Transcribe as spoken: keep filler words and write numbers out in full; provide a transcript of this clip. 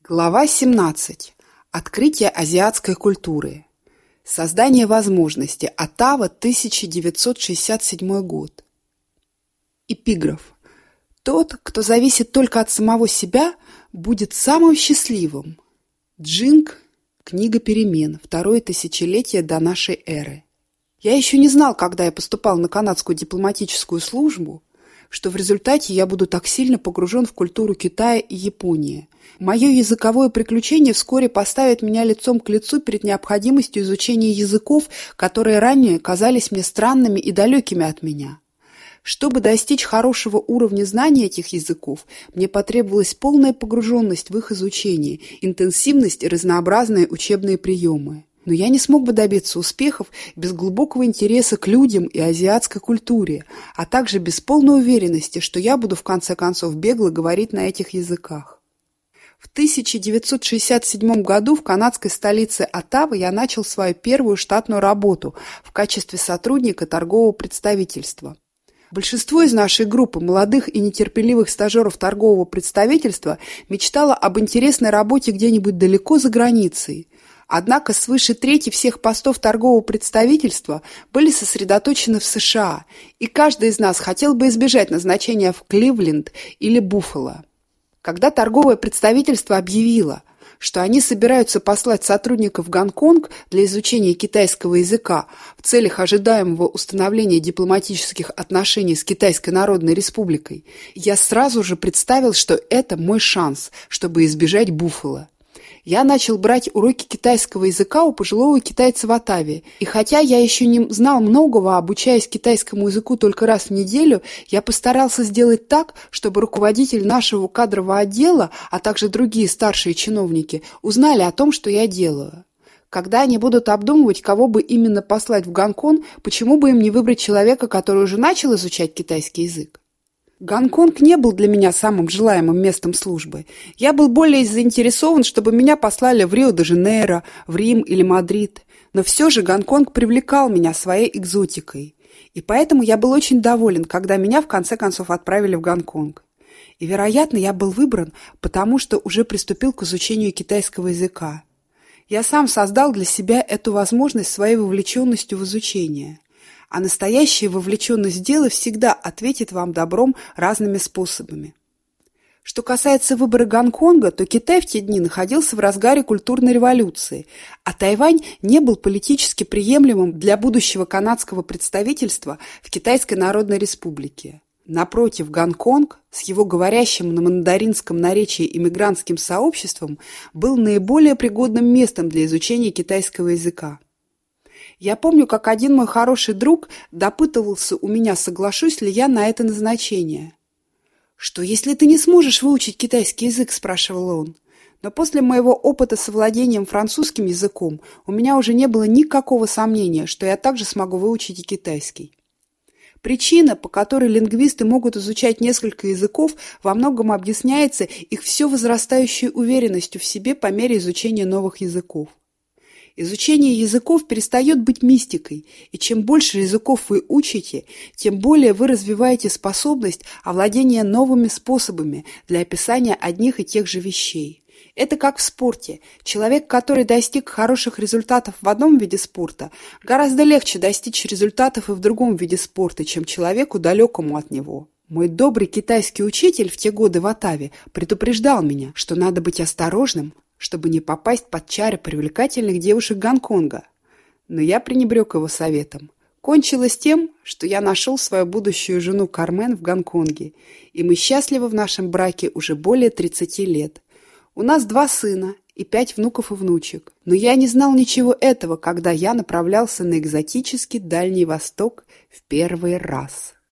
Глава семнадцать. Открытие азиатской культуры. Создание возможности. Оттава, тысяча девятьсот шестьдесят седьмой год. Эпиграф. Тот, кто зависит только от самого себя, будет самым счастливым. Джинг. Книга перемен. Второе тысячелетие до нашей эры. Я еще не знал, когда я поступал на канадскую дипломатическую службу, что в результате я буду так сильно погружен в культуру Китая и Японии. Мое языковое приключение вскоре поставит меня лицом к лицу перед необходимостью изучения языков, которые ранее казались мне странными и далекими от меня. Чтобы достичь хорошего уровня знания этих языков, мне потребовалась полная погруженность в их изучение, интенсивность и разнообразные учебные приемы. Но я не смог бы добиться успехов без глубокого интереса к людям и азиатской культуре, а также без полной уверенности, что я буду в конце концов бегло говорить на этих языках. В тысяча девятьсот шестьдесят седьмом году в канадской столице Оттава я начал свою первую штатную работу в качестве сотрудника торгового представительства. Большинство из нашей группы молодых и нетерпеливых стажеров торгового представительства мечтало об интересной работе где-нибудь далеко за границей. Однако свыше трети всех постов торгового представительства были сосредоточены в США, и каждый из нас хотел бы избежать назначения в Кливленд или Буффало. Когда торговое представительство объявило, что они собираются послать сотрудников в Гонконг для изучения китайского языка в целях ожидаемого установления дипломатических отношений с Китайской Народной Республикой, я сразу же представил, что это мой шанс, чтобы избежать Буффало. Я начал брать уроки китайского языка у пожилого китайца в Оттаве, и хотя я еще не знал многого, обучаясь китайскому языку только раз в неделю, я постарался сделать так, чтобы руководитель нашего кадрового отдела, а также другие старшие чиновники, узнали о том, что я делаю. Когда они будут обдумывать, кого бы именно послать в Гонконг, почему бы им не выбрать человека, который уже начал изучать китайский язык? Гонконг не был для меня самым желаемым местом службы. Я был более заинтересован, чтобы меня послали в Рио-де-Жанейро, в Рим или Мадрид. Но все же Гонконг привлекал меня своей экзотикой. И поэтому я был очень доволен, когда меня в конце концов отправили в Гонконг. И, вероятно, я был выбран, потому что уже приступил к изучению китайского языка. Я сам создал для себя эту возможность своей вовлеченностью в изучение. А настоящая вовлеченность в дело всегда ответит вам добром разными способами. Что касается выбора Гонконга, то Китай в те дни находился в разгаре культурной революции, а Тайвань не был политически приемлемым для будущего канадского представительства в Китайской Народной Республике. Напротив, Гонконг с его говорящим на мандаринском наречии иммигрантским сообществом был наиболее пригодным местом для изучения китайского языка. Я помню, как один мой хороший друг допытывался у меня, соглашусь ли я на это назначение. «Что, если ты не сможешь выучить китайский язык?» – спрашивал он. Но после моего опыта с овладением французским языком у меня уже не было никакого сомнения, что я также смогу выучить и китайский. Причина, по которой лингвисты могут изучать несколько языков, во многом объясняется их все возрастающей уверенностью в себе по мере изучения новых языков. Изучение языков перестает быть мистикой, и чем больше языков вы учите, тем более вы развиваете способность овладения новыми способами для описания одних и тех же вещей. Это как в спорте. Человек, который достиг хороших результатов в одном виде спорта, гораздо легче достичь результатов и в другом виде спорта, чем человеку, далекому от него. Мой добрый китайский учитель в те годы в Оттаве предупреждал меня, что надо быть осторожным, чтобы не попасть под чары привлекательных девушек Гонконга. Но я пренебрег его советом. Кончилось тем, что я нашел свою будущую жену Кармен в Гонконге, и мы счастливы в нашем браке уже более тридцати лет. У нас два сына и пять внуков и внучек. Но я не знал ничего этого, когда я направлялся на экзотический Дальний Восток в первый раз.